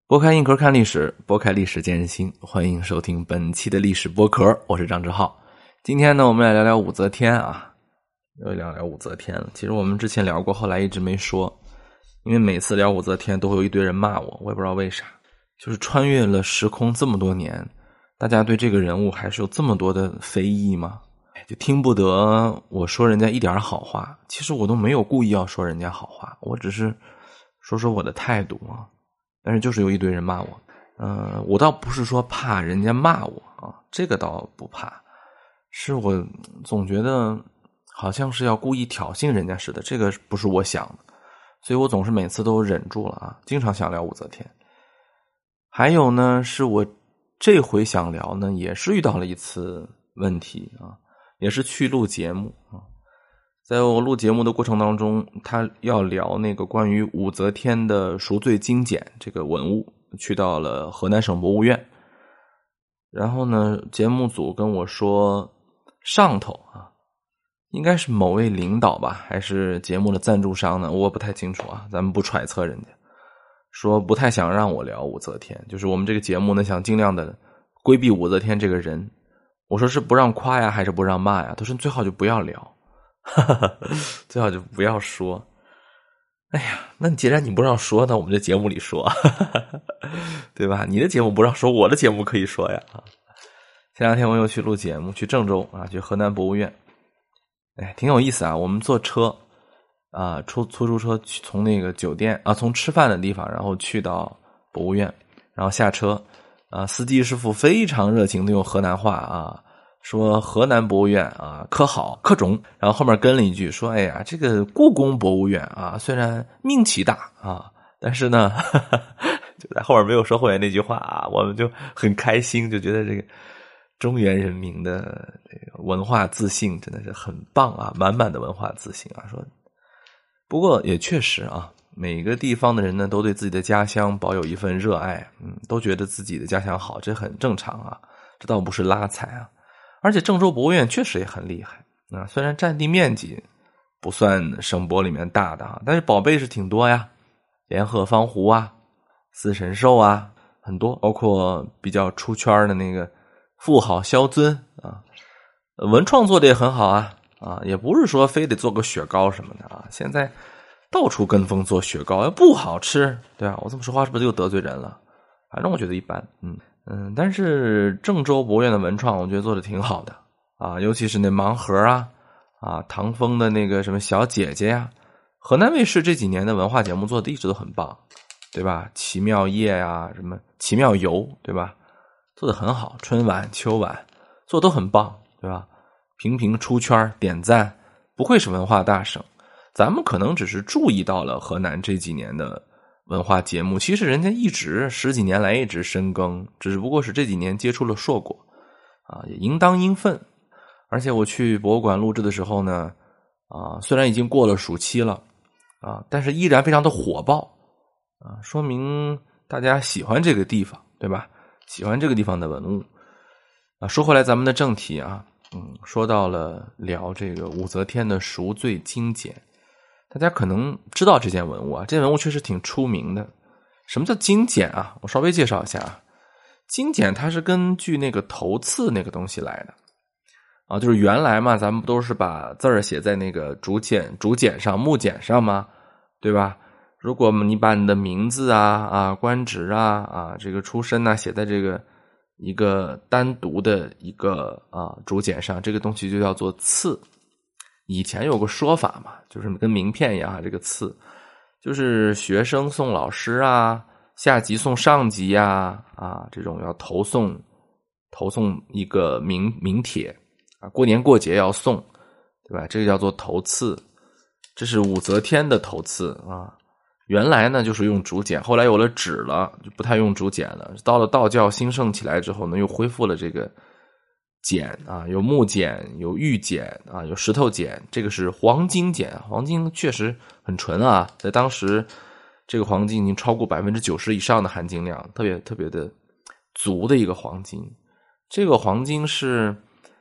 拨开硬壳看历史，拨开历史见人心。欢迎收听本期的历史播壳，我是张志浩。今天呢，我们来聊聊武则天啊，又聊聊武则天了。其实我们之前聊过，后来一直没说，因为每次聊武则天都会有一堆人骂我，我也不知道为啥。就是穿越了时空这么多年，大家对这个人物还是有这么多的非议吗？就听不得我说人家一点好话。其实我都没有故意要说人家好话，我只是说说我的态度啊。但是就是有一堆人骂我，我倒不是说怕人家骂我啊，这个倒不怕，是我总觉得好像是要故意挑衅人家似的，这个不是我想的，所以我总是每次都忍住了啊，经常想聊武则天。还有呢，是我这回想聊呢，也是遇到了一次问题啊，也是去录节目啊。在我录节目的过程当中，他要聊那个关于武则天的赎罪精简这个文物，去到了河南省博物院。然后呢，节目组跟我说，上头啊，应该是某位领导吧，还是节目的赞助商呢？我不太清楚啊，咱们不揣测人家。说不太想让我聊武则天，就是我们这个节目呢，想尽量的规避武则天这个人。我说是不让夸呀，还是不让骂呀？他说最好就不要聊。最好就不要说。哎呀，那既然你不让说，那我们这节目里说，对吧？你的节目不让说，我的节目可以说呀。前两天我又去录节目，去郑州啊，去河南博物院。哎，挺有意思啊。我们坐车啊，出租车从那个酒店啊，从吃饭的地方，然后去到博物院，然后下车啊，司机师傅非常热情的用河南话啊。说河南博物院啊，可好可中，然后后面跟了一句说，哎呀，这个故宫博物院啊，虽然名气大啊，但是呢，就在后面没有说后面那句话啊，我们就很开心，就觉得这个中原人民的这个文化自信真的是很棒啊，满满的文化自信啊。说，不过也确实啊，每个地方的人呢，都对自己的家乡保有一份热爱，都觉得自己的家乡好，这很正常啊，这倒不是拉踩啊。而且郑州博物院确实也很厉害啊，虽然占地面积不算省博里面大的啊，但是宝贝是挺多呀，连鹤方壶啊、司神兽啊，很多，包括比较出圈的那个妇好萧尊啊，文创做的也很好啊，也不是说非得做个雪糕什么的啊，现在到处跟风做雪糕，不好吃，对吧？我这么说话是不是又得罪人了？反正我觉得一般，但是郑州博物院的文创我觉得做的挺好的啊，尤其是那盲盒唐风的那个什么小姐姐呀，河南卫视这几年的文化节目做的一直都很棒，对吧？奇妙夜呀，什么奇妙游，对吧？做的很好，春晚、秋晚做的都很棒，对吧？频频出圈点赞，不愧是文化大省。咱们可能只是注意到了河南这几年的文化节目，其实人家一直十几年来一直深耕，只不过是这几年接触了硕果啊，也应当应分。而且我去博物馆录制的时候呢，虽然已经过了暑期了啊，但是依然非常的火爆啊，说明大家喜欢这个地方，对吧？喜欢这个地方的文物啊。说回来咱们的正题啊，说到了聊这个武则天的赎罪精简。大家可能知道这件文物啊，这件文物确实挺出名的。什么叫精简啊？我稍微介绍一下啊。精简它是根据那个头刺那个东西来的啊，就是原来嘛，咱们不都是把字儿写在那个竹简上、木简上吗？对吧？如果你把你的名字官职这个出身写在这个一个单独的一个竹简上，这个东西就叫做刺。以前有个说法嘛，就是跟名片一样这个刺就是学生送老师下级送上级这种要投送一个名帖过年过节要送，对吧？这个叫做头刺。这是武则天的头刺原来呢就是用竹简，后来有了纸了，就不太用竹简了。到了道教兴盛起来之后呢，又恢复了这个简有木简，有玉简有石头简，这个是黄金简。黄金确实很纯在当时这个黄金已经超过 90% 以上的含金量，特别特别的足的一个黄金。这个黄金是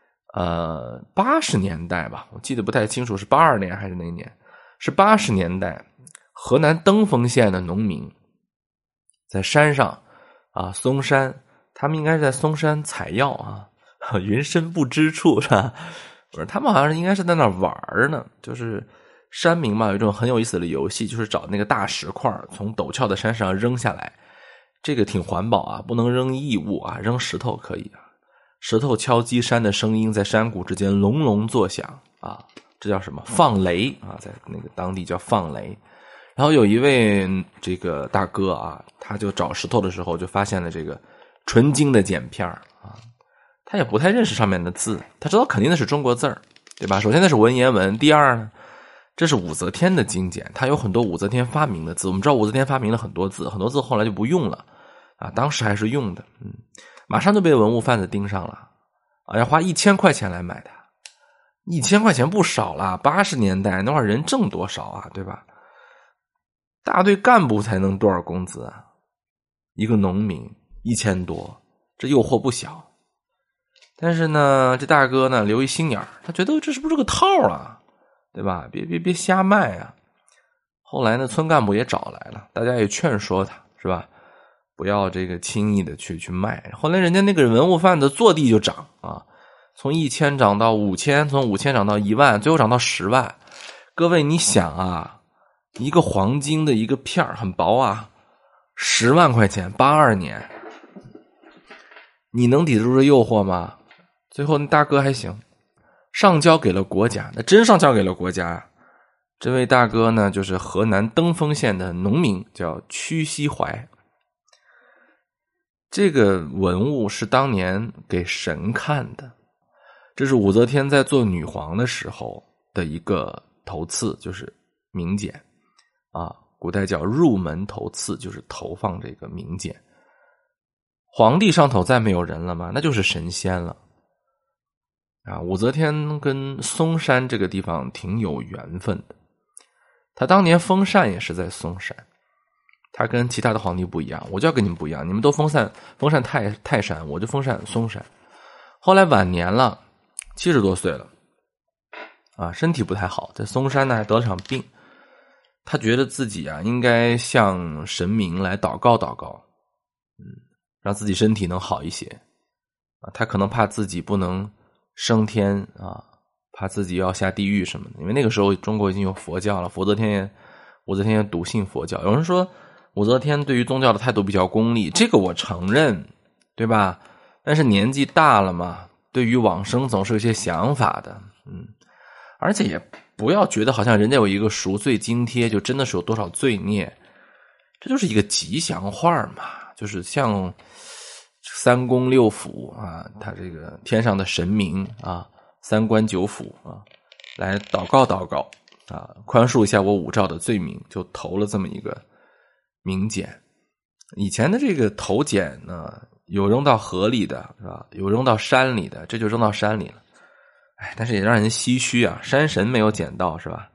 80年代吧，我记得不太清楚是82年还是哪年，是80年代河南登封县的农民在山上啊，嵩山，他们应该是在嵩山采药啊，云深不知处是吧？不是，他们好像应该是在那玩呢，就是山民嘛，有一种很有意思的游戏，就是找那个大石块从陡峭的山上扔下来，这个挺环保啊，不能扔异物啊，扔石头可以啊。石头敲击山的声音在山谷之间隆隆作响啊，这叫什么？放雷啊，在那个当地叫放雷。然后有一位这个大哥啊，他就找石头的时候就发现了这个纯金的剪片啊，他也不太认识上面的字，他知道肯定那是中国字儿，对吧？首先那是文言文，第二呢，这是武则天的经简，他有很多武则天发明的字。我们知道武则天发明了很多字，很多字后来就不用了啊，当时还是用的，马上就被文物贩子盯上了啊，要花1000块钱来买它。1000块钱不少了，80年代那会儿人挣多少啊，对吧？大队干部才能多少工资啊？一个农民1000多，这诱惑不小。但是呢，这大哥呢留一心眼儿，他觉得这是不是个套啊，对吧？别瞎卖啊！后来呢，村干部也找来了，大家也劝说他，是吧？不要这个轻易的去卖。后来人家那个文物贩子坐地就涨啊，从1000涨到5000，从5000涨到1万，最后涨到10万。各位你想啊，一个黄金的一个片儿很薄啊，10万块钱，82年，你能抵得住这诱惑吗？最后那大哥还行，上交给了国家，那真上交给了国家啊。这位大哥呢，就是河南登封县的农民，叫屈西怀。这个文物是当年给神看的，这是武则天在做女皇的时候的一个头刺，就是明简啊，古代叫入门头刺，就是投放这个明简。皇帝上头再没有人了吗？那就是神仙了啊！武则天跟嵩山这个地方挺有缘分的，他当年封禅也是在嵩山。他跟其他的皇帝不一样，我就要跟你们不一样，你们都封禅泰山，我就封禅嵩山。后来晚年了，70多岁了啊，身体不太好，在嵩山呢还得了场病。他觉得自己啊应该向神明来祷告祷告，让自己身体能好一些啊。他可能怕自己不能升天啊，怕自己要下地狱什么的。因为那个时候中国已经有佛教了，武则天也笃信佛教。有人说武则天对于宗教的态度比较功利，这个我承认，对吧？但是年纪大了嘛，对于往生总是有些想法的，而且也不要觉得好像人家有一个赎罪津贴就真的是有多少罪孽，这就是一个吉祥话嘛，就是像三宫六府啊，他这个天上的神明啊，3官9府啊，来祷告祷告啊，宽恕一下我5兆的罪名，就投了这么一个明简。以前的这个投简呢，有扔到河里的，是吧？有扔到山里的，这就扔到山里了。但是也让人唏嘘啊，山神没有捡到，是吧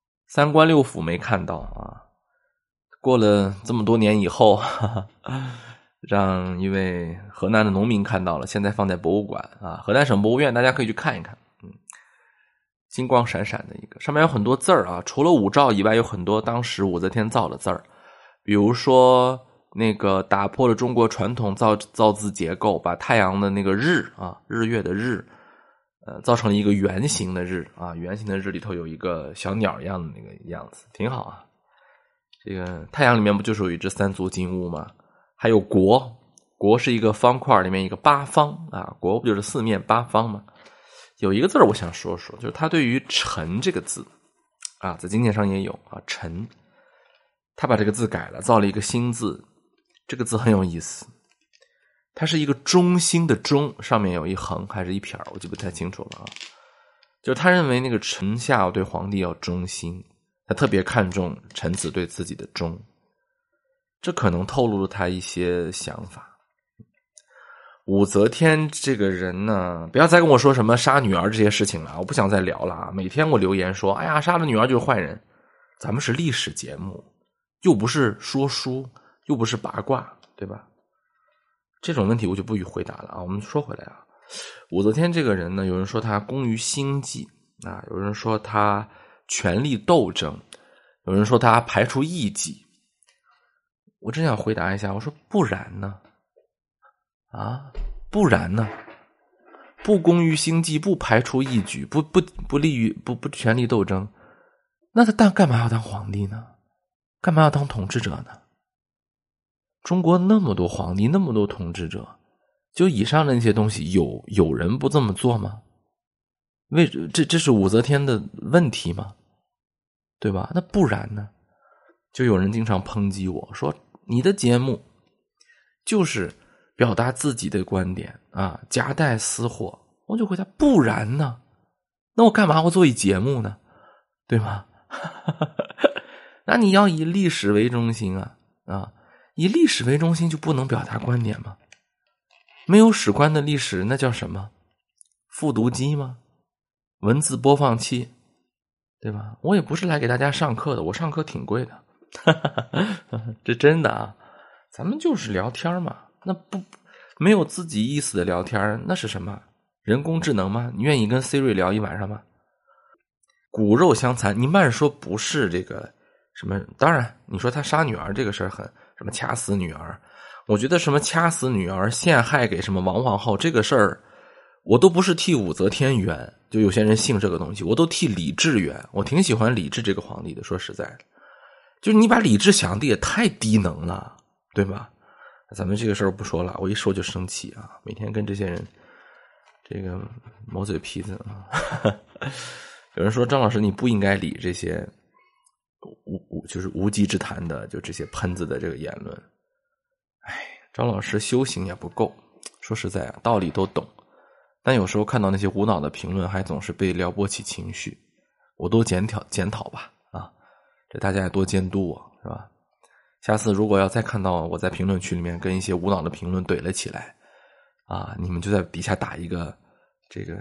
？3官6府没看到啊。过了这么多年以后，让一位河南的农民看到了，现在放在博物馆啊，河南省博物院，大家可以去看一看。金光闪闪的一个，上面有很多字儿啊，除了5兆以外，有很多当时武则天造的字儿，比如说那个打破了中国传统造字结构，把太阳的那个日啊，日月的日，造成了一个圆形的日啊，圆形的日里头有一个小鸟一样的那个样子，挺好啊。这个太阳里面不就是有一只3足金乌吗？还有国，国是一个方块里面一个八方啊，国不就是4面八方吗？有一个字我想说说，就是他对于臣这个字啊，在经典上也有啊，臣，他把这个字改了，造了一个新字，这个字很有意思，它是一个忠心的忠，上面有一横还是一撇，我记不太清楚了啊。就是他认为那个臣下对皇帝要忠心，他特别看重臣子对自己的忠，这可能透露了他一些想法。武则天这个人呢，不要再跟我说什么杀女儿这些事情了，我不想再聊了啊！每天我留言说，哎呀，杀了女儿就是坏人。咱们是历史节目，又不是说书，又不是八卦，对吧？这种问题我就不予回答了啊。我们说回来啊，武则天这个人呢，有人说他工于心计啊，有人说他权力斗争，有人说他排除异己。 我真想回答一下，我说不然呢？啊，不然呢？不功于心计，不排除异己，不利于不权力斗争，那他干嘛要当皇帝呢？干嘛要当统治者呢？中国那么多皇帝，那么多统治者，就以上的那些东西，有人不这么做吗？这是武则天的问题吗？对吧？那不然呢？就有人经常抨击我说，你的节目就是表达自己的观点啊，夹带私货。我就回答，不然呢？那我干嘛要做一节目呢？对吗？那你要以历史为中心啊，以历史为中心就不能表达观点吗？没有史观的历史那叫什么？复读机吗？文字播放器，对吧？我也不是来给大家上课的，我上课挺贵的。这真的啊，咱们就是聊天嘛，那没有自己意思的聊天，那是什么？人工智能吗？你愿意跟 Siri 聊一晚上吗？骨肉相残，你慢说不是这个什么？当然，你说他杀女儿这个事儿很什么掐死女儿，我觉得什么掐死女儿、陷害给什么王皇后这个事儿，我都不是替武则天冤，就有些人信这个东西，我都替李治冤。我挺喜欢李治这个皇帝的，说实在的，就是你把李治想的也太低能了，对吧？咱们这个事儿不说了，我一说就生气啊！每天跟这些人这个磨嘴皮子啊。有人说张老师你不应该理这些就是无稽之谈的，就这些喷子的这个言论。哎，张老师修行也不够，说实在啊，道理都懂，但有时候看到那些无脑的评论，还总是被撩拨起情绪，我都检讨吧啊！这大家也多监督我，是吧？下次如果要再看到我在评论区里面跟一些无脑的评论怼了起来啊，你们就在底下打一个这个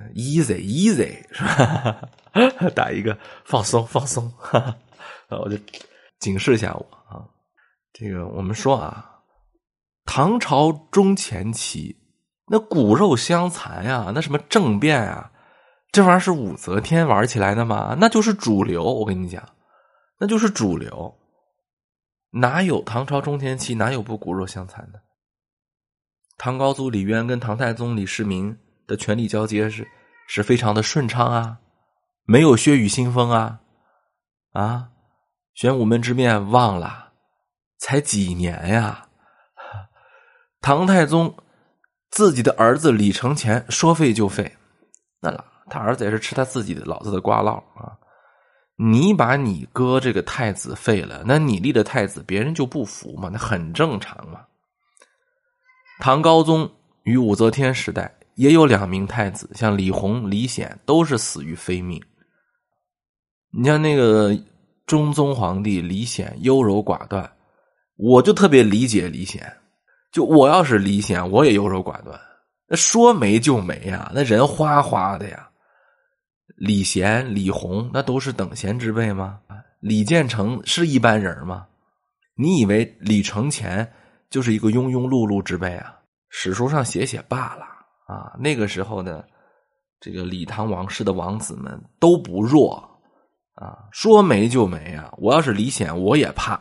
easy 是吧？打一个放松，我就警示一下我啊。这个我们说啊，唐朝中前期那骨肉相残呀，那什么政变啊，这玩意儿是武则天玩起来的吗？那就是主流，我跟你讲，那就是主流。哪有唐朝中前期哪有不骨肉相残的？唐高祖李渊跟唐太宗李世民的权力交接是非常的顺畅啊，没有血雨腥风啊，玄武门之变忘了，才几年呀？唐太宗自己的儿子李承乾说废就废，那他儿子也是吃他自己的老子的瓜烙啊。你把你哥这个太子废了，那你立的太子别人就不服嘛，那很正常嘛。唐高宗与武则天时代也有2名太子，像李弘、李显都是死于非命。你像那个中宗皇帝李显优柔寡断，我就特别理解李显，就我要是李显我也优柔寡断，那说没就没呀，那人哗哗的呀。李贤、李弘那都是等闲之辈吗？李建成是一般人吗？你以为李承乾就是一个庸庸碌碌之辈啊？史书上写罢了啊。那个时候的这个李唐王室的王子们都不弱啊，说没就没啊。我要是李显我也怕，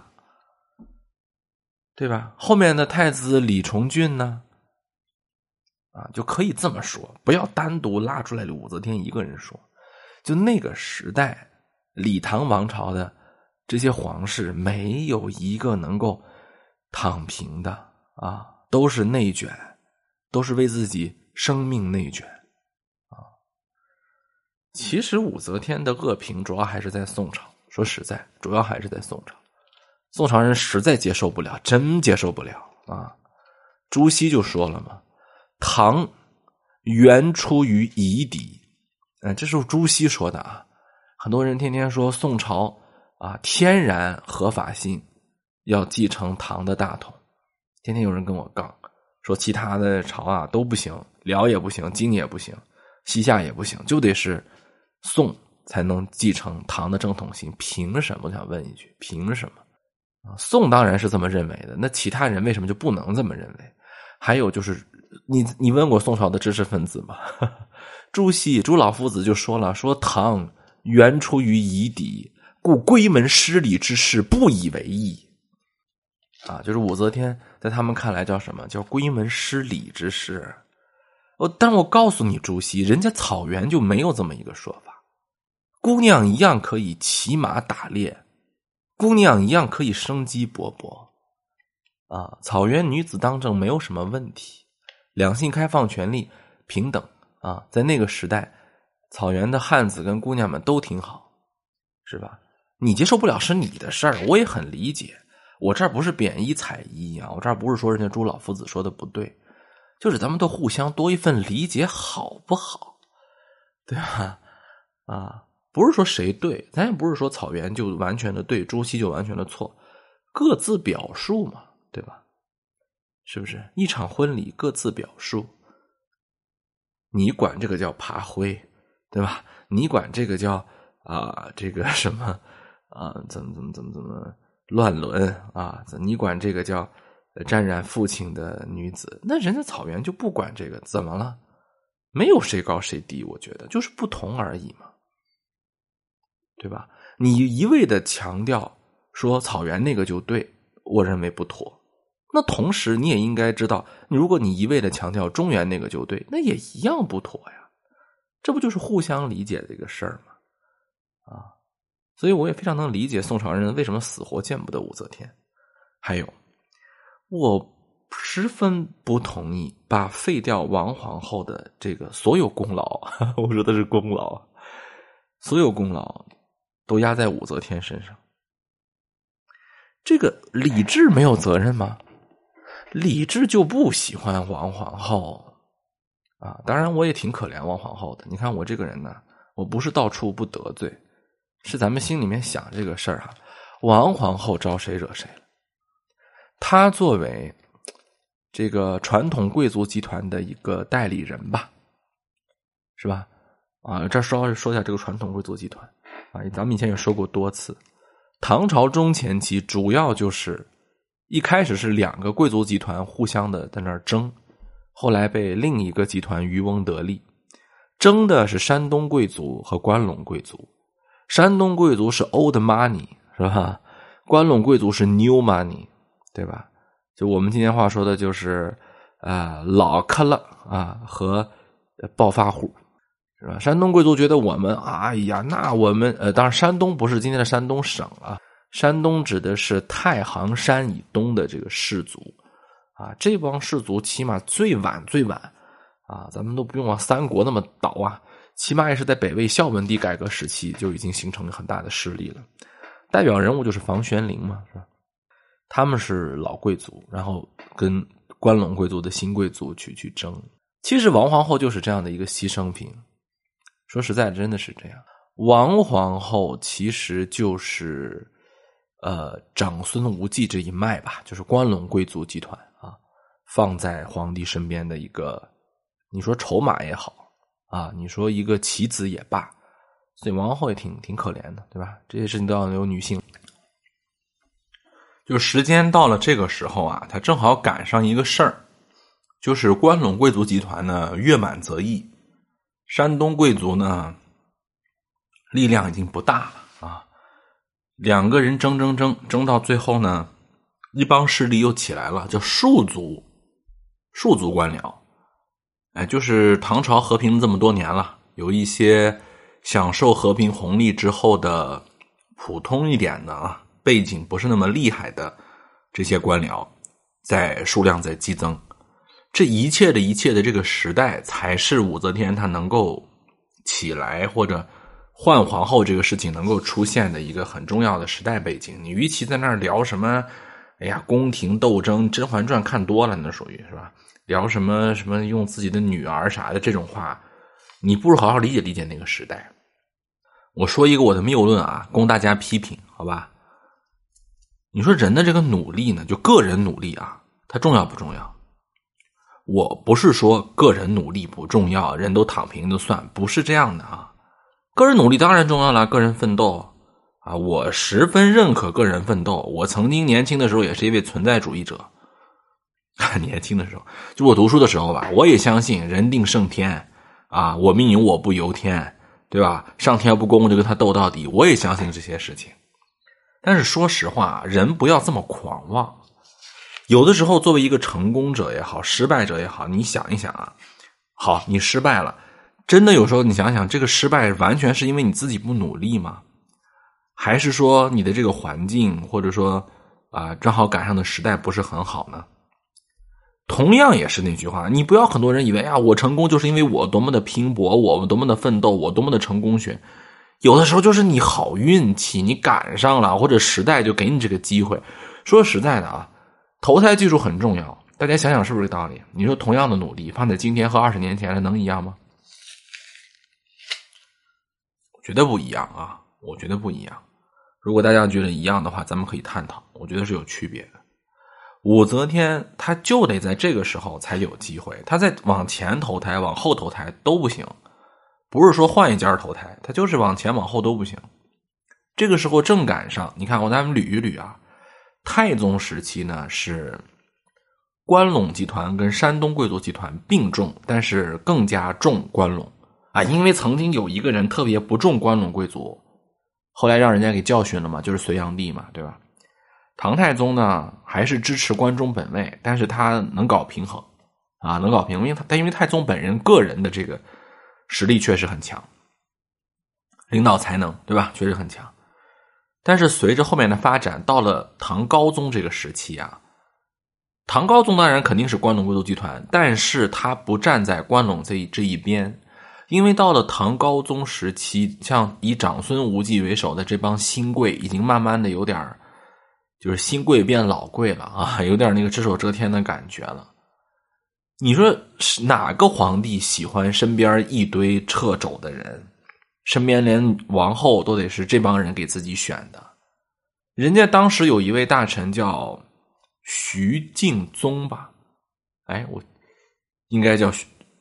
对吧？后面的太子李重俊呢？啊，就可以这么说，不要单独拉出来武则天一个人说。就那个时代，李唐王朝的这些皇室没有一个能够躺平的啊，都是内卷，都是为自己生命内卷啊。其实武则天的恶评主要还是在宋朝，说实在，主要还是在宋朝。宋朝人实在接受不了，真接受不了啊。朱熹就说了嘛，唐原出于夷狄。这是朱熹说的啊。很多人天天说宋朝啊，天然合法性要继承唐的大统，天天有人跟我杠说其他的朝啊都不行，辽也不行，金也不行，西夏也不行，就得是宋才能继承唐的正统性。凭什么？我想问一句，凭什么啊？宋当然是这么认为的，那其他人为什么就不能这么认为？还有就是你问过宋朝的知识分子吗？朱老夫子就说了，说唐原出于夷狄，故闺门失礼之事不以为意。 啊，就是武则天在他们看来叫什么？叫闺门失礼之事。但我告诉你朱熹，人家草原就没有这么一个说法。姑娘一样可以骑马打猎，姑娘一样可以生机勃勃啊！草原女子当政没有什么问题，两性开放、权利平等啊！在那个时代，草原的汉子跟姑娘们都挺好，是吧？你接受不了是你的事儿，我也很理解。我这儿不是贬一踩一啊，我这儿不是说人家朱老夫子说的不对，就是咱们都互相多一份理解，好不好？对吧？啊，不是说谁对，咱也不是说草原就完全的对，朱熹就完全的错，各自表述嘛，对吧？是不是？一场婚礼各自表述，你管这个叫爬灰，对吧？你管这个叫这个什么怎么乱伦啊？你管这个叫沾染父亲的女子，那人家草原就不管这个，怎么了？没有谁高谁低，我觉得就是不同而已嘛，对吧？你一味的强调说草原那个就对，我认为不妥。那同时你也应该知道，如果你一味的强调中原那个就对，那也一样不妥呀。这不就是互相理解的一个事儿吗？所以我也非常能理解宋朝人为什么死活见不得武则天。还有，我十分不同意把废掉王皇后的这个所有功劳，我说的是功劳，所有功劳都压在武则天身上。这个李治没有责任吗？李治就不喜欢王皇后啊，当然我也挺可怜王皇后的。你看我这个人呢，我不是到处不得罪，是咱们心里面想这个事儿王皇后招谁惹谁了？她作为这个传统贵族集团的一个代理人吧，是吧？这说一下这个传统贵族集团咱们以前也说过多次，唐朝中前期主要就是一开始是两个贵族集团互相的在那儿争，后来被另一个集团渔翁得利。争的是山东贵族和关陇贵族，山东贵族是 old money 是吧？关陇贵族是 new money 对吧？就我们今天话说的就是老克了和暴发户是吧？山东贵族觉得我们那我们当然山东不是今天的山东省山东指的是太行山以东的这个士族这帮士族起码最晚咱们都不用往三国那么倒起码也是在北魏孝文帝改革时期就已经形成了很大的势力了。代表人物就是房玄龄嘛，是吧？他们是老贵族，然后跟关陇贵族的新贵族去争。其实王皇后就是这样的一个牺牲品，说实在真的是这样。王皇后其实就是长孙无忌这一脉吧，就是关陇贵族集团放在皇帝身边的一个，你说筹码也好你说一个棋子也罢，所以王皇后也挺可怜的，对吧？这些事情都要由女性。就时间到了这个时候他正好赶上一个事儿，就是关陇贵族集团呢月满则溢，山东贵族呢力量已经不大了两个人争到最后呢，一帮势力又起来了，叫庶族官僚。就是唐朝和平这么多年了，有一些享受和平红利之后的普通一点的背景不是那么厉害的这些官僚，在数量在激增。这一切的这个时代，才是武则天她能够起来或者换皇后这个事情能够出现的一个很重要的时代背景。你与其在那儿聊什么宫廷斗争，《甄嬛传》看多了那属于是吧？聊什么用自己的女儿啥的这种话，你不如好好理解那个时代。我说一个我的谬论供大家批评，好吧？你说人的这个努力呢，就个人努力它重要不重要？我不是说个人努力不重要，人都躺平就算，不是这样的个人努力当然重要了，个人奋斗我十分认可个人奋斗。我曾经年轻的时候也是一位存在主义者年轻的时候，就我读书的时候吧，我也相信人定胜天我命由我不由天，对吧？上天不公我就跟他斗到底，我也相信这些事情。但是说实话，人不要这么狂妄有的时候作为一个成功者也好，失败者也好，你想一想啊，好，你失败了，真的有时候你想想，这个失败完全是因为你自己不努力吗？还是说你的这个环境，或者说正好赶上的时代不是很好呢？同样也是那句话，你不要很多人以为我成功就是因为我多么的拼搏，我多么的奋斗，我多么的成功学。有的时候就是你好运气，你赶上了，或者时代就给你这个机会。说实在的啊，投胎技术很重要，大家想想是不是这个道理？你说同样的努力放在今天和20年前能一样吗？我觉得不一样啊，我觉得不一样。如果大家觉得一样的话，咱们可以探讨，我觉得是有区别的。武则天他就得在这个时候才有机会，他在往前投胎往后投胎都不行，不是说换一家投胎，他就是往前往后都不行。这个时候正赶上，你看咱们捋一捋啊，太宗时期呢是关陇集团跟山东贵族集团并重，但是更加重关陇因为曾经有一个人特别不重关陇贵族，后来让人家给教训了嘛，就是隋炀帝嘛，对吧？唐太宗呢还是支持关中本位，但是他能搞平衡能搞平衡，因为太宗本人个人的这个实力确实很强，领导才能对吧，确实很强。但是随着后面的发展，到了唐高宗这个时期唐高宗当然肯定是关陇贵族集团，但是他不站在关陇这一边，因为到了唐高宗时期，像以长孙无忌为首的这帮新贵已经慢慢的有点就是新贵变老贵了有点那个只手遮天的感觉了。你说哪个皇帝喜欢身边一堆掣肘的人，身边连王后都得是这帮人给自己选的？人家当时有一位大臣叫徐敬宗吧，我应该叫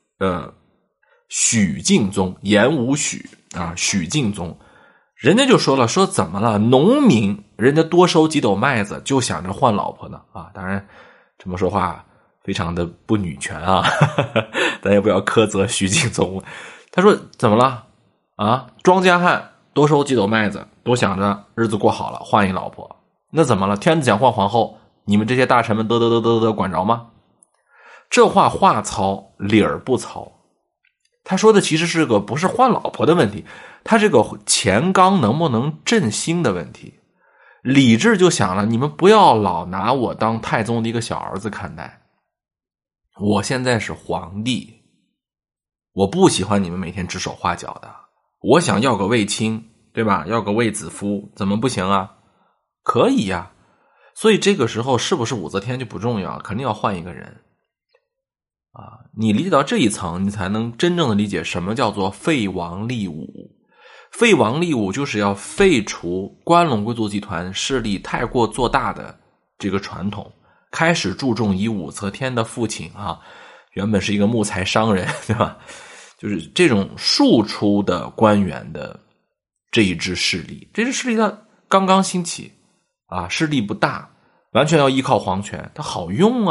许敬宗，言无许许敬宗。人家就说了，说怎么了？农民人家多收几斗麦子就想着换老婆呢当然这么说话非常的不女权咱也不要苛责徐敬宗。他说怎么了庄稼汉多收几斗麦子都想着日子过好了换一老婆，那怎么了？天子想换皇后，你们这些大臣们得管着吗？这话糙理儿不糙。他说的其实是个不是换老婆的问题，他这个钱纲能不能振兴的问题。理智就想了，你们不要老拿我当太宗的一个小儿子看待，我现在是皇帝，我不喜欢你们每天指手画脚的，我想要个卫青，对吧？要个卫子夫，怎么不行啊？可以呀。所以这个时候是不是武则天就不重要，肯定要换一个人你理解到这一层，你才能真正的理解什么叫做废王立武。废王立武就是要废除关陇贵族集团势力太过做大的这个传统，开始注重以武则天的父亲原本是一个木材商人，对吧？就是这种庶出的官员的这一支势力，这支势力它刚刚兴起势力不大，完全要依靠皇权，它好用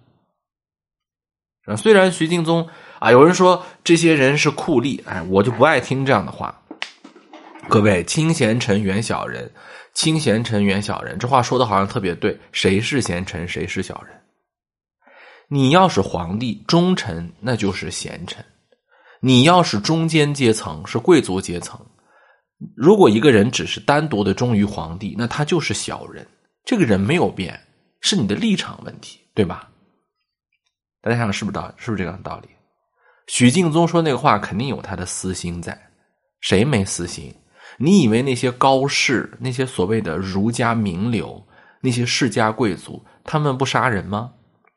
虽然徐敬宗有人说这些人是酷吏，我就不爱听这样的话。各位，亲贤臣，远小人，亲贤臣，远小人，这话说的好像特别对，谁是贤臣，谁是小人？你要是皇帝，忠臣那就是贤臣；你要是中间阶层，是贵族阶层。如果一个人只是单独的忠于皇帝，那他就是小人。这个人没有变，是你的立场问题，对吧？大家想想是不是这样的道理？许敬宗说那个话肯定有他的私心在，谁没私心？你以为那些高士，那些所谓的儒家名流，那些世家贵族，他们不杀人吗？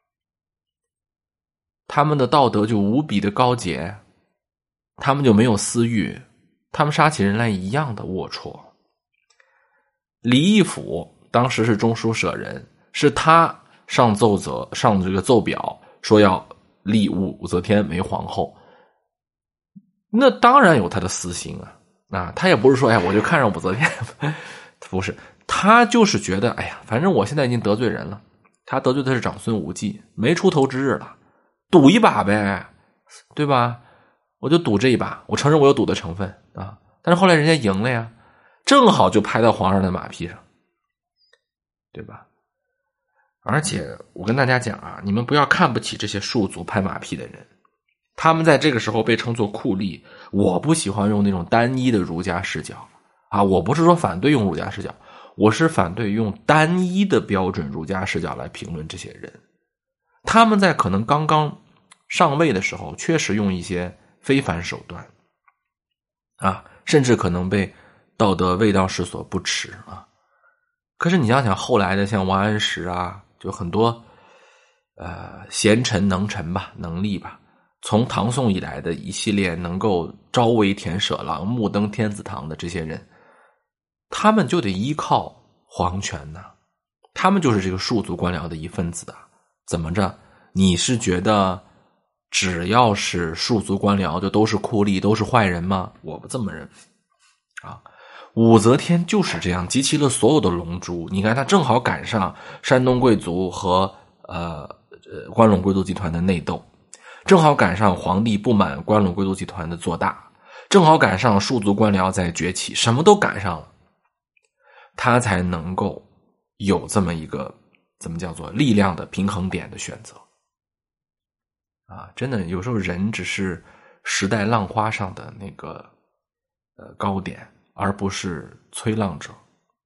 他们的道德就无比的高洁，他们就没有私欲，他们杀起人来一样的龌龊。李义府当时是中书舍人，是他上这个奏表说要立武则天为皇后，那当然有他的私心他也不是说我就看上武则天不是，他就是觉得反正我现在已经得罪人了，他得罪的是长孙无忌，没出头之日了，赌一把呗，对吧？我就赌这一把，我承认我有赌的成分但是后来人家赢了呀，正好就拍到皇上的马屁上，对吧？ 而且我跟大家讲啊，你们不要看不起这些庶族拍马屁的人，他们在这个时候被称作酷吏。我不喜欢用那种单一的儒家视角啊，我不是说反对用儒家视角，我是反对用单一的标准儒家视角来评论这些人。他们在可能刚刚上位的时候，确实用一些非凡手段啊，甚至可能被道德卫道士所不齿啊。可是你想想后来的像王安石啊，就很多贤臣能臣吧，能力吧，从唐宋以来的一系列能够朝为田舍郎，暮登天子堂的这些人，他们就得依靠皇权呢，他们就是这个庶族官僚的一份子啊。怎么着？你是觉得只要是庶族官僚就都是酷吏，都是坏人吗？我不这么认为啊。武则天就是这样集齐了所有的龙珠，你看他正好赶上山东贵族和关陇贵族集团的内斗，正好赶上皇帝不满关陇贵族集团的做大，正好赶上庶族官僚在崛起，什么都赶上了，他才能够有这么一个怎么叫做力量的平衡点的选择啊！真的有时候人只是时代浪花上的那个高点，而不是催浪者。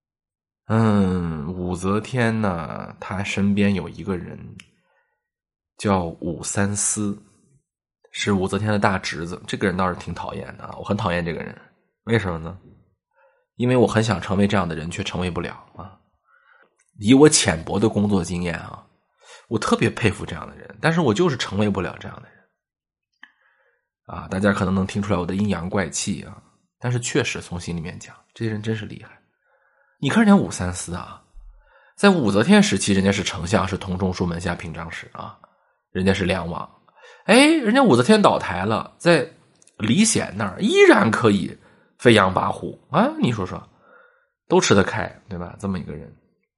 武则天呢，她身边有一个人叫武三思，是武则天的大侄子。这个人倒是挺讨厌的啊，我很讨厌这个人。为什么呢？因为我很想成为这样的人，却成为不了啊。以我浅薄的工作经验啊，我特别佩服这样的人，但是我就是成为不了这样的人啊。大家可能能听出来我的阴阳怪气啊，但是确实从心里面讲，这些人真是厉害。你看人家武三思啊，在武则天时期，人家是丞相，是同中书门下平章事啊，人家是梁王。人家武则天倒台了，在李显那儿依然可以飞扬跋扈啊！你说说，都吃得开，对吧？这么一个人，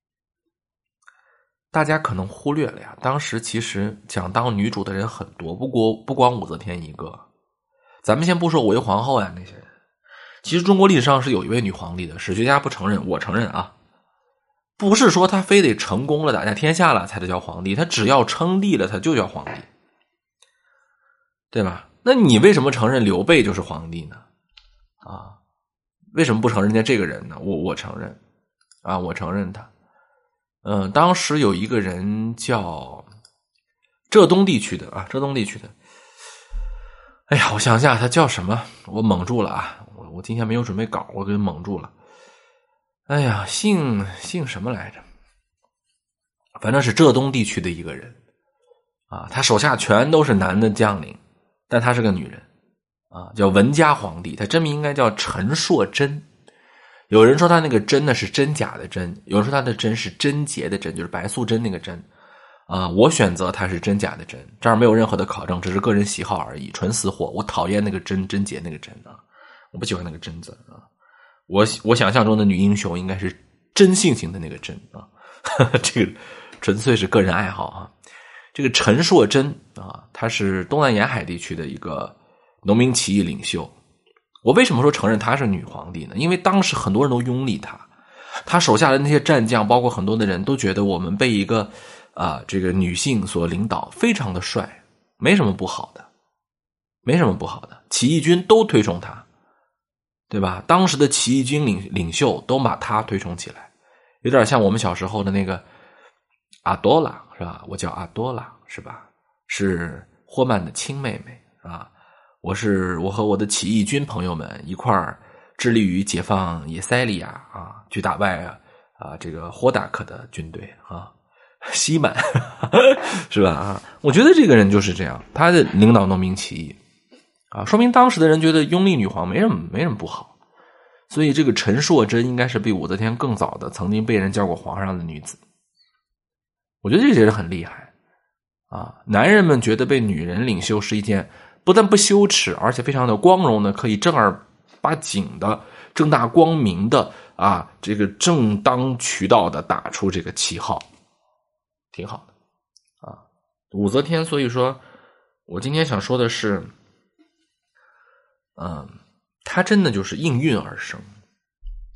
大家可能忽略了呀。当时其实想当女主的人很多，不光武则天一个。咱们先不说韦皇后呀那些人，其实中国历史上是有一位女皇帝的，史学家不承认，我承认啊。不是说她非得成功了打下天下了才得叫皇帝，她只要称帝了，她就叫皇帝，对吧？那你为什么承认刘备就是皇帝呢？啊，为什么不承认人家这个人呢？我承认啊，我承认他。当时有一个人叫浙东地区的啊，浙东地区的。哎呀，我想一下他叫什么，我蒙住了啊，我今天没有准备稿，我给蒙住了。哎呀，姓什么来着？反正是浙东地区的一个人啊，他手下全都是男的将领，但他是个女人啊，叫文嘉皇帝，他真名应该叫陈硕真。有人说他那个真呢是真假的真，有人说他的真是贞洁的贞，就是白素贞那个贞啊。我选择他是真假的真，这儿没有任何的考证，只是个人喜好而已，纯私货。我讨厌那个贞洁那个贞啊，我不喜欢那个贞字啊。我想象中的女英雄应该是真性情的那个真啊，这个纯粹是个人爱好啊。这个陈硕真啊，他是东南沿海地区的一个农民起义领袖。我为什么说承认她是女皇帝呢？因为当时很多人都拥立她，她手下的那些战将，包括很多的人都觉得我们被一个这个女性所领导，非常的帅，没什么不好的，没什么不好的。起义军都推崇她，对吧？当时的起义军领袖都把她推崇起来，有点像我们小时候的那个阿多拉，是吧？我叫阿多拉，是吧？是霍曼的亲妹妹啊。我和我的起义军朋友们一块儿致力于解放耶塞利亚啊，去打败这个霍达克的军队啊，西满是吧？啊，我觉得这个人就是这样，他的领导农民起义啊，说明当时的人觉得拥立女皇没什么不好，所以这个陈硕真应该是比武则天更早的曾经被人叫过皇上的女子。我觉得这些人很厉害啊，男人们觉得被女人领袖是一件不但不羞耻，而且非常的光荣的，可以正儿八经的、正大光明的这个正当渠道的打出这个旗号，挺好的啊。武则天，所以说我今天想说的是，她真的就是应运而生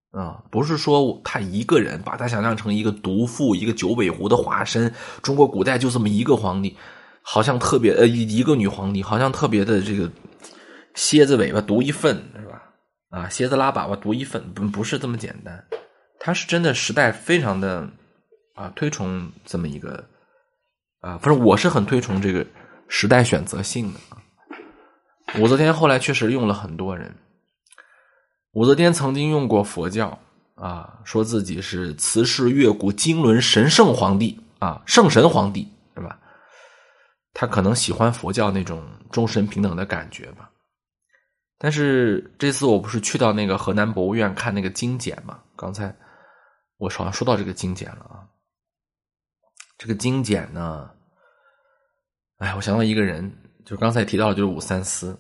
不是说他一个人把他想象成一个毒妇，一个九尾狐的化身。中国古代就这么一个皇帝，好像特别一个女皇帝，好像特别的这个蝎子尾巴独一份，是吧？蝎子拉粑粑独一份，不是这么简单。他是真的时代非常的推崇这么一个反正我是很推崇这个时代选择性的。武则天后来确实用了很多人。武则天曾经用过佛教说自己是慈氏越古经纶神圣皇帝圣神皇帝，是吧？他可能喜欢佛教那种众神平等的感觉吧。但是这次我不是去到那个河南博物院看那个经简嘛？刚才我好像说到这个经简了这个经简呢，我想到一个人，就刚才提到的就是武三思。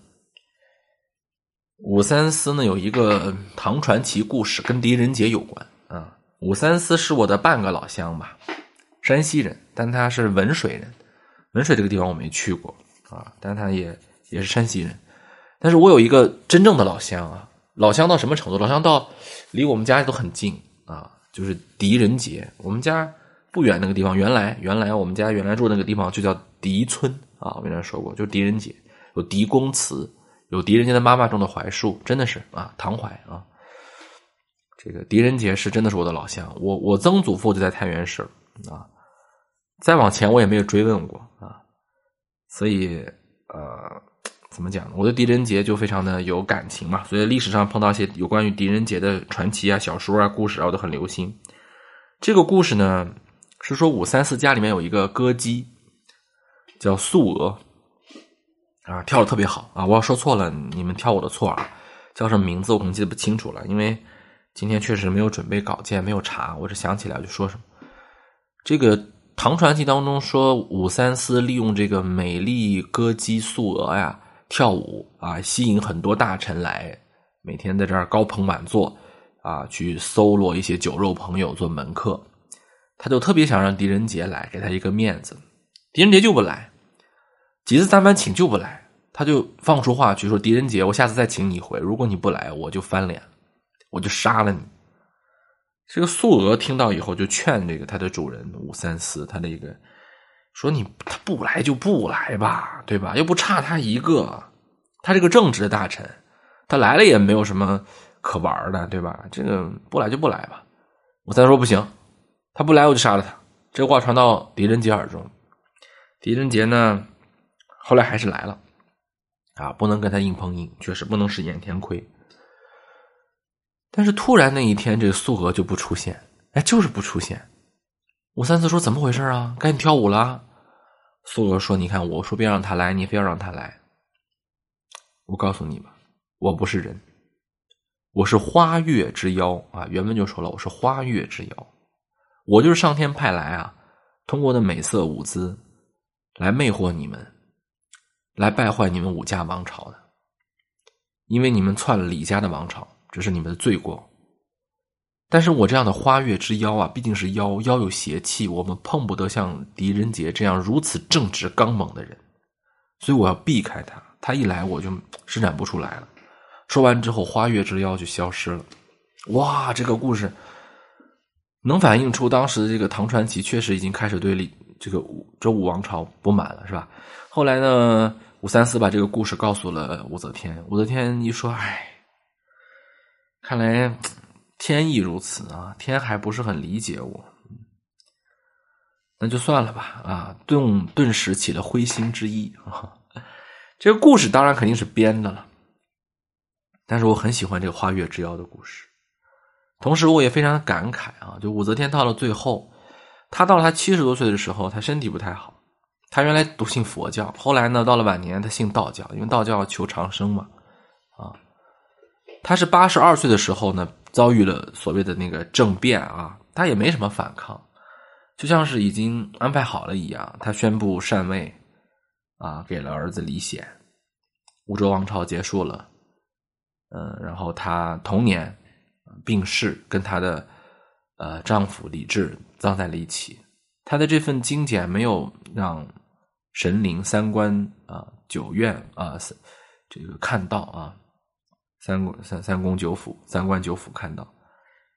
武三思呢有一个唐传奇故事，跟狄仁杰有关武三思是我的半个老乡吧，山西人，但他是文水人。文水这个地方我没去过但他也是山西人。但是我有一个真正的老乡老乡到什么程度？老乡到离我们家都很近就是狄仁杰。我们家不远那个地方，原来我们家原来住那个地方就叫狄村我原来说过，就是狄仁杰，有狄公祠，有狄仁杰的妈妈种的槐树，真的是唐槐这个狄仁杰是真的是我的老乡，我曾祖父就在太原市再往前我也没有追问过所以怎么讲呢？我对狄仁杰就非常的有感情嘛，所以历史上碰到一些有关于狄仁杰的传奇小说故事我都很留心。这个故事呢是说武三思家里面有一个歌姬叫素娥跳得特别好我要说错了你们挑我的错叫什么名字我可能记得不清楚了，因为今天确实没有准备稿件，没有查，我是想起来就说什么。这个唐传奇当中说武三思利用这个美丽歌姬素娥跳舞吸引很多大臣来，每天在这儿高朋满座去搜罗一些酒肉朋友做门客。他就特别想让狄仁杰来，给他一个面子。狄仁杰就不来，几次三番请就不来，他就放出话去说：狄仁杰，我下次再请你一回，如果你不来我就翻脸，我就杀了你。这个素娥听到以后就劝这个他的主人武三思，他的一个说他不来就不来吧，对吧？又不差他一个，他这个正直的大臣，他来了也没有什么可玩的，对吧？这个不来就不来吧。武三思说不行，他不来我就杀了他。这话传到狄仁杰耳中，狄仁杰呢后来还是来了不能跟他硬碰硬，确实不能使眼天亏。但是突然那一天这个素娥就不出现，就是不出现。武三思说怎么回事赶紧跳舞了。素娥说你看我说别让他来，你非要让他来。我告诉你吧，我不是人，我是花月之妖原文就说了，我是花月之妖，我就是上天派来通过的美色舞姿来魅惑你们，来败坏你们武家王朝的。因为你们篡了李家的王朝，这是你们的罪过。但是我这样的花月之妖毕竟是妖，妖有邪气，我们碰不得像狄仁杰这样如此正直刚猛的人，所以我要避开他，他一来我就施展不出来了。说完之后花月之妖就消失了。哇，这个故事能反映出当时的这个唐传奇确实已经开始对这个周武王朝不满了，是吧？后来呢武三思把这个故事告诉了武则天，武则天一说看来天意如此天还不是很理解我，那就算了吧顿时起了灰心之意这个故事当然肯定是编的了，但是我很喜欢这个花月之妖的故事。同时我也非常感慨就武则天到了最后，她到了她70多岁的时候，她身体不太好，她原来笃信佛教，后来呢到了晚年她信道教，因为道教求长生嘛她是82岁的时候呢遭遇了所谓的那个政变她也没什么反抗，就像是已经安排好了一样，她宣布禅位给了儿子李显，武周王朝结束了。然后她同年病逝，跟她的丈夫李治葬在了一起。她的这份经简没有让神灵三官九院这个看到三公九府三官九府看到，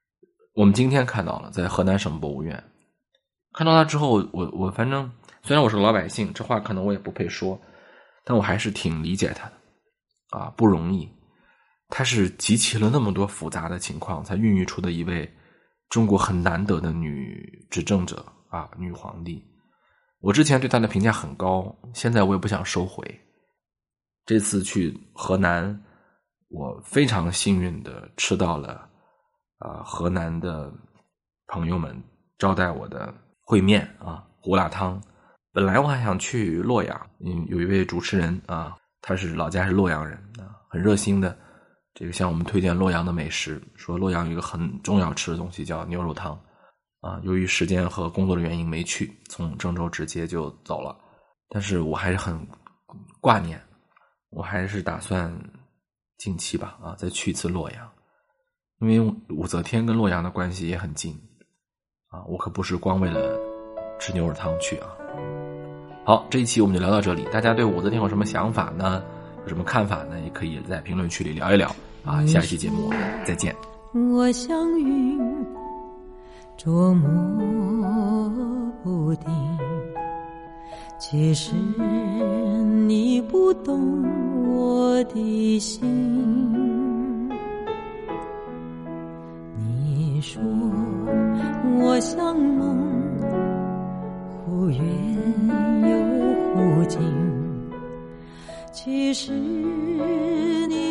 我们今天看到了，在河南省博物院看到他之后，我反正虽然我是个老百姓，这话可能我也不配说，但我还是挺理解他的啊，不容易。他是集齐了那么多复杂的情况，才孕育出的一位中国很难得的女执政者啊，女皇帝。我之前对她的评价很高，现在我也不想收回。这次去河南，我非常幸运的吃到了河南的朋友们招待我的烩面啊，胡辣汤。本来我还想去洛阳，有一位主持人啊，他是老家是洛阳人啊，很热心的这个向我们推荐洛阳的美食，说洛阳有一个很重要吃的东西叫牛肉汤啊。由于时间和工作的原因没去，从郑州直接就走了。但是我还是很挂念，我还是打算近期吧再去一次洛阳，因为武则天跟洛阳的关系也很近啊，我可不是光为了吃牛肉汤去啊。好，这一期我们就聊到这里，大家对武则天有什么想法呢？有什么看法呢？也可以在评论区里聊一聊啊。下一期节目我们再见。 我像云捉摸不定，其实你不懂我的心。你说我像梦，忽远又忽近，其实你